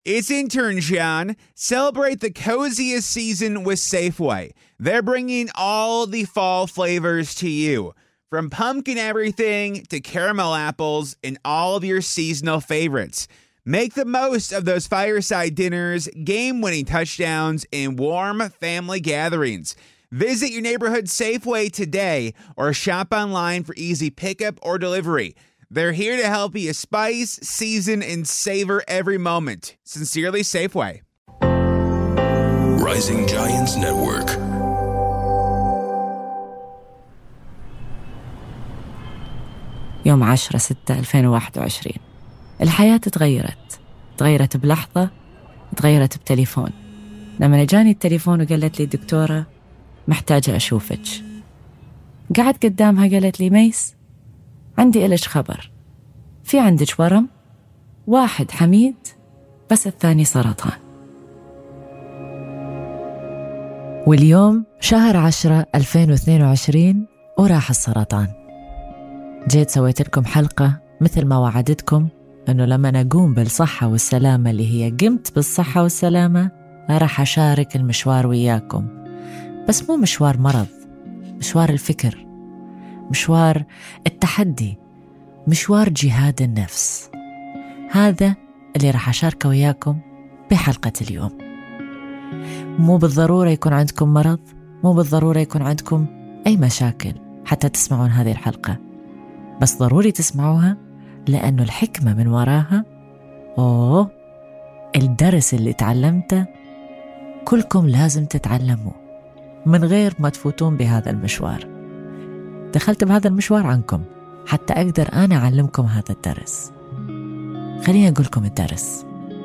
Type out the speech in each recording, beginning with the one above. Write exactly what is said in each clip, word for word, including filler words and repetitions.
It's intern John. Celebrate the coziest season with Safeway. They're bringing all the fall flavors to you. From pumpkin everything to caramel apples and all of your seasonal favorites. Make the most of those fireside dinners, game-winning touchdowns, and warm family gatherings. Visit your neighborhood Safeway today or shop online for easy pickup or delivery. They're here to help you spice, season, and savor every moment. Sincerely, Safeway. Rising Giants Network. يوم عشرة ستة ألفين وواحد وعشرين. الحياة تغيرت تغيرت بلحظة، تغيرت بتليفون. لما جاني التليفون وقالت لي دكتورة محتاجة أشوفك، قعدت قدامها قالت لي ميس عندي إلش خبر، في عندك ورم، واحد حميد بس الثاني سرطان. واليوم شهر عشرة ألفين واثنين وعشرين وراح السرطان. جيت سويت لكم حلقة مثل ما وعدتكم أنه لما نقوم بالصحة والسلامة اللي هي قمت بالصحة والسلامة راح أشارك المشوار وياكم، بس مو مشوار مرض، مشوار الفكر، مشوار التحدي، مشوار جهاد النفس. هذا اللي راح أشاركه وياكم بحلقة اليوم. مو بالضرورة يكون عندكم مرض، مو بالضرورة يكون عندكم أي مشاكل حتى تسمعون هذه الحلقة، بس ضروري تسمعوها لأنه الحكمة من وراها، أوه الدرس اللي تعلمته كلكم لازم تتعلموه من غير ما تفوتون بهذا المشوار. دخلت بهذا المشوار عنكم حتى أقدر أنا أعلمكم هذا الدرس. خليني أقولكم الدرس.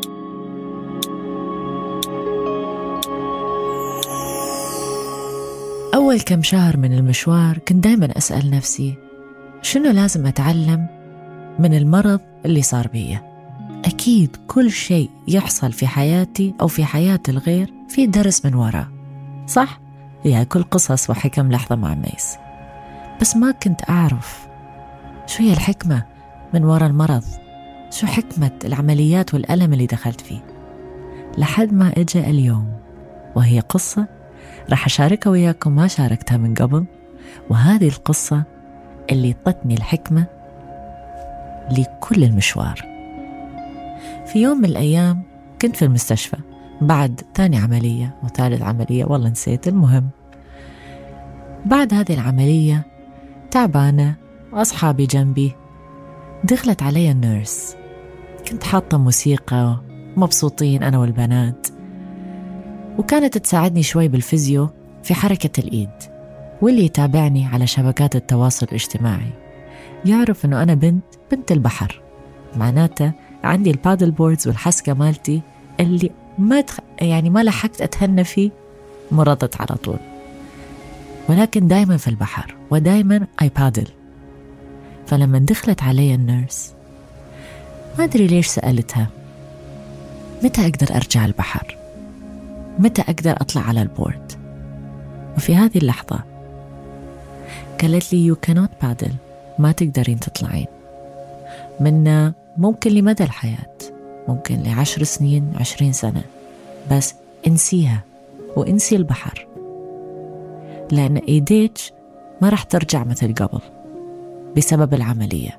أول كم شهر من المشوار كنت دايما أسأل نفسي شنو لازم أتعلم من المرض اللي صار بي. أكيد كل شيء يحصل في حياتي أو في حياة الغير في درس من وراه، صح؟ هي كل قصص وحكم لحظة مع ميس، بس ما كنت أعرف شو هي الحكمة من وراء المرض، شو حكمة العمليات والألم اللي دخلت فيه، لحد ما إجا اليوم وهي قصة راح أشاركها وياكم ما شاركتها من قبل. وهذه القصة اللي طتني الحكمة لكل المشوار. في يوم من الأيام كنت في المستشفى بعد ثاني عملية وثالث عملية، والله نسيت. المهم بعد هذه العملية تعبانة وأصحابي جنبي، دخلت علي النيرس. كنت حاطة موسيقى مبسوطين أنا والبنات، وكانت تساعدني شوي بالفيزيو في حركة الإيد. واللي يتابعني على شبكات التواصل الاجتماعي يعرف أنه أنا بنت بنت البحر، معناته عندي البادل بوردز والحسكة مالتي اللي ما تخ... يعني ما لحقت أتهنى فيه، مرضت على طول. ولكن دايما في البحر ودايما أي بادل. فلما دخلت علي النيرس ما أدري ليش سألتها متى أقدر أرجع البحر، متى أقدر أطلع على البورد. وفي هذه اللحظة قالت لي you cannot paddle، ما تقدرين تطلعين منا، ممكن لمدى الحياة، ممكن لعشر سنين عشرين سنة، بس انسيها وانسي البحر، لأن ايديك ما راح ترجع مثل قبل بسبب العملية.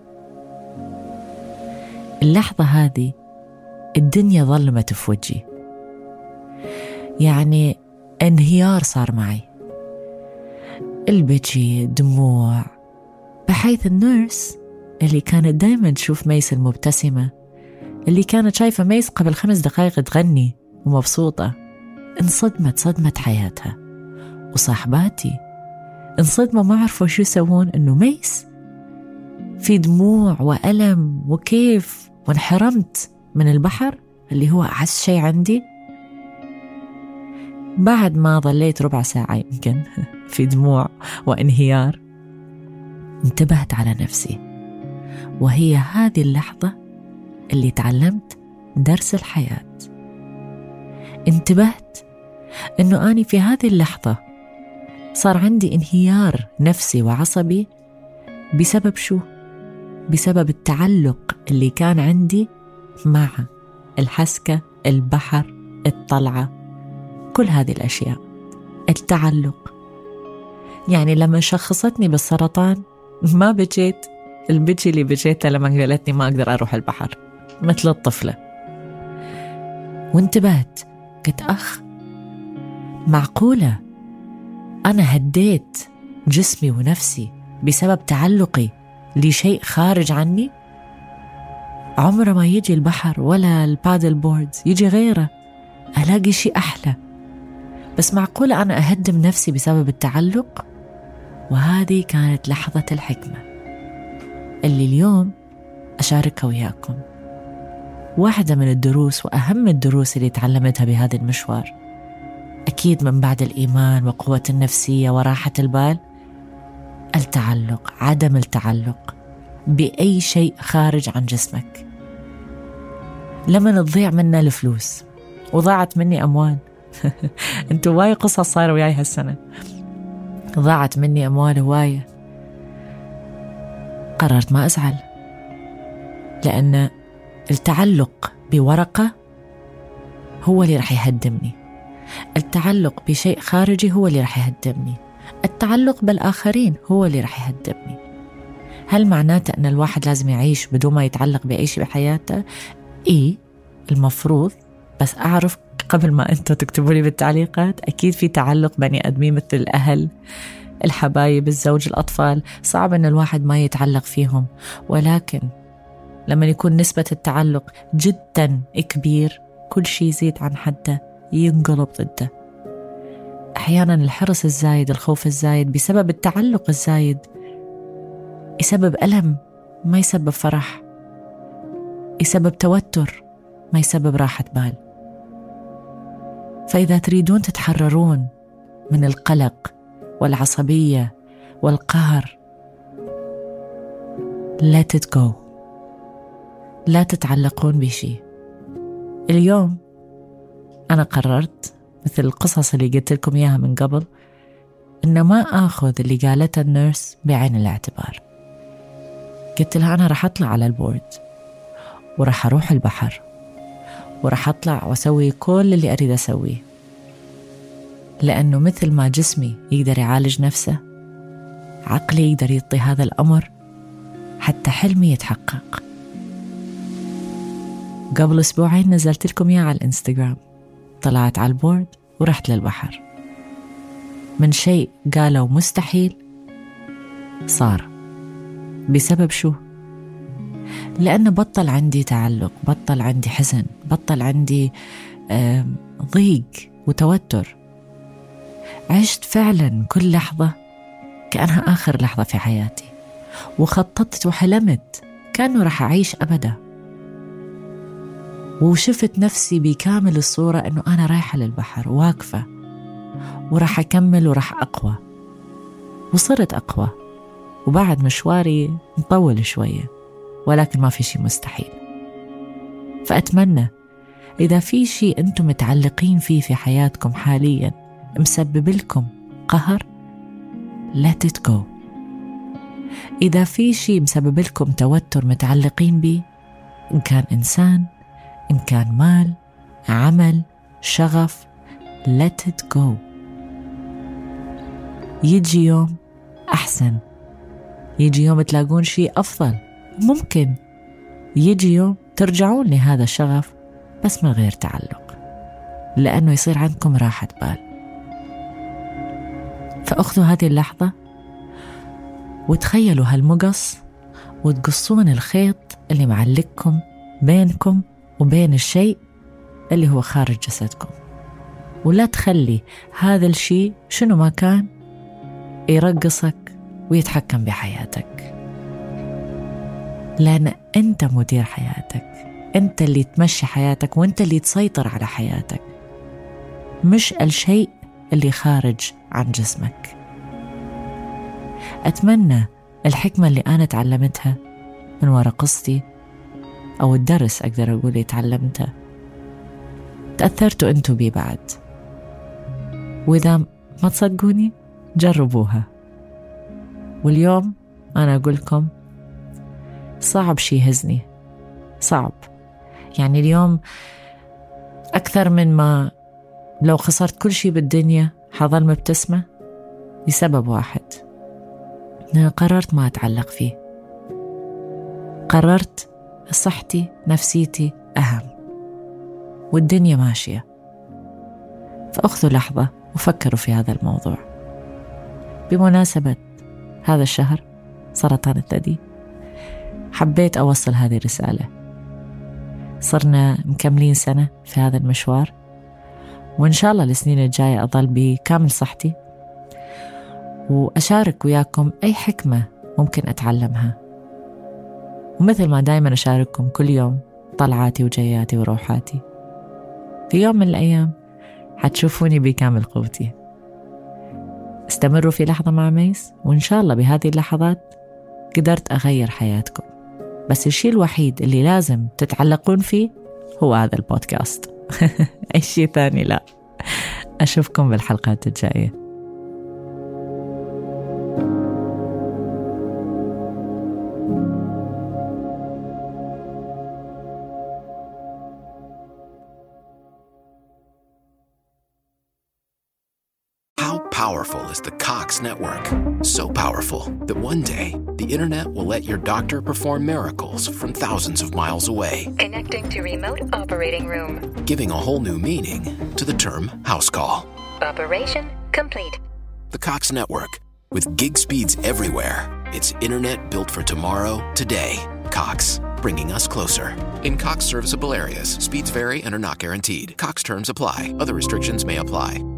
اللحظة هذه الدنيا ظلمت في وجهي، يعني انهيار صار معي، البكي دموع، بحيث النيرس اللي كانت دايما تشوف ميس المبتسمة، اللي كانت شايفة ميس قبل خمس دقائق تغني ومبسوطة، انصدمت صدمة حياتها. وصاحباتي انصدموا ما عرفوا شو يسوون، انه ميس في دموع وألم وكيف، وانحرمت من البحر اللي هو أعز شيء عندي. بعد ما ظليت ربع ساعة يمكن في دموع وانهيار، انتبهت على نفسي، وهي هذه اللحظة اللي تعلمت درس الحياة. انتبهت انه أنا في هذه اللحظة صار عندي انهيار نفسي وعصبي بسبب شو؟ بسبب التعلق اللي كان عندي مع الحسكة البحر، الطلعة، كل هذه الأشياء. التعلق. يعني لما شخصتني بالسرطان ما بجيت البجي اللي بجيتها لما قالتني ما أقدر أروح البحر مثل الطفلة، وانتبهت قلت أخ معقولة أنا هديت جسمي ونفسي بسبب تعلقي لشيء خارج عني؟ عمره ما يجي البحر ولا البادل بوردز، يجي غيره، ألاقي شيء أحلى. بس معقولة أنا أهدم نفسي بسبب التعلق؟ وهذه كانت لحظة الحكمة اللي اليوم أشاركها وياكم. واحدة من الدروس وأهم الدروس اللي تعلمتها بهذا المشوار، أكيد من بعد الإيمان وقوة النفسية وراحة البال، التعلق، عدم التعلق بأي شيء خارج عن جسمك. لما تضيع منا الفلوس وضاعت مني أموال انتوا واي قصص صاروا وياي هالسنة، ضاعت مني أموال هواية، قررت ما أزعل، لأن التعلق بورقة هو اللي رح يهدمني، التعلق بشيء خارجي هو اللي رح يهدمني، التعلق بالآخرين هو اللي رح يهدمني. هل معناته أن الواحد لازم يعيش بدون ما يتعلق بأي شيء بحياته؟ إيه المفروض، بس أعرف قبل ما أنتوا تكتبوا لي بالتعليقات أكيد في تعلق بني أدمين مثل الأهل، الحبايب، الزوج، الأطفال، صعب أن الواحد ما يتعلق فيهم، ولكن لما يكون نسبة التعلق جدا كبير كل شيء يزيد عن حده ينقلب ضده. أحيانا الحرص الزايد، الخوف الزايد بسبب التعلق الزايد يسبب ألم ما يسبب فرح، يسبب توتر ما يسبب راحة بال. فإذا تريدون تتحررون من القلق والعصبية والقهر، let it go، لا تتعلقون بشيء. اليوم أنا قررت مثل القصص اللي قلت لكم إياها من قبل إن ما أخذ اللي قالتها النيرس بعين الاعتبار. قلت لها أنا رح أطلع على البورد ورح أروح البحر ورح أطلع وأسوي كل اللي أريد أسويه، لأنه مثل ما جسمي يقدر يعالج نفسه، عقلي يقدر يعطي هذا الأمر حتى حلمي يتحقق. قبل أسبوعين نزلت لكم إياه على الإنستغرام، طلعت على البورد ورحت للبحر. من شيء قالوا مستحيل صار. بسبب شو؟ لأنه بطل عندي تعلق، بطل عندي حزن، بطل عندي ضيق وتوتر. عشت فعلا كل لحظة كأنها آخر لحظة في حياتي، وخططت وحلمت كأنه رح أعيش أبدا، وشفت نفسي بكامل الصورة أنه أنا رايحة للبحر واقفة ورح أكمل ورح أقوى، وصرت أقوى. وبعد مشواري مطول شوية، ولكن ما في شيء مستحيل. فأتمنى إذا في شيء أنتم متعلقين فيه في حياتكم حاليا مسبب لكم قهر، let it go. إذا في شيء مسبب لكم توتر متعلقين به، إن كان إنسان، إن كان مال، عمل، شغف، let it go. يجي يوم أحسن، يجي يوم تلاقون شيء أفضل، ممكن يجي يوم ترجعون لهذا الشغف بس من غير تعلق، لأنه يصير عندكم راحة بال. فأخذوا هذه اللحظة وتخيلوا هالمقص وتقصون الخيط اللي معلقكم بينكم وبين الشيء اللي هو خارج جسدكم، ولا تخلي هذا الشيء شنو ما كان يرقصك ويتحكم بحياتك، لأن أنت مدير حياتك، أنت اللي تمشي حياتك وأنت اللي تسيطر على حياتك، مش الشيء اللي خارج عن جسمك. أتمنى الحكمة اللي أنا تعلمتها من وراء قصتي، أو الدرس أقدر أقول اللي تعلمته، تأثرتوا أنتوا بي بعد. وإذا ما تصدقوني جربوها. واليوم أنا أقول لكم صعب شي يهزني، صعب. يعني اليوم أكثر من ما لو خسرت كل شيء بالدنيا حظل مبتسمة، لسبب واحد: أنا قررت ما أتعلق فيه. قررت صحتي نفسيتي أهم، والدنيا ماشية. فأخذوا لحظة وفكروا في هذا الموضوع. بمناسبة هذا الشهر سرطان الثدي، حبيت أوصل هذه الرسالة. صرنا مكملين سنة في هذا المشوار، وإن شاء الله السنين الجاية أظل بكامل صحتي، وأشارك وياكم أي حكمة ممكن أتعلمها. ومثل ما دايما أشارككم كل يوم طلعاتي وجياتي وروحاتي، في يوم من الأيام حتشوفوني بكامل قوتي. استمروا في لحظة مع ميس، وإن شاء الله بهذه اللحظات قدرت أغير حياتكم. بس الشيء الوحيد اللي لازم تتعلقون فيه هو هذا البودكاست. أي شيء ثاني لا. أشوفكم بالحلقات الجاية. Powerful is the Cox Network. So powerful that one day the internet will let your doctor perform miracles from thousands of miles away. Connecting to remote operating room. Giving a whole new meaning to the term house call. Operation complete. The Cox Network. With gig speeds everywhere. It's internet built for tomorrow, today. Cox, bringing us closer. In Cox serviceable areas, speeds vary and are not guaranteed. Cox terms apply. Other restrictions may apply.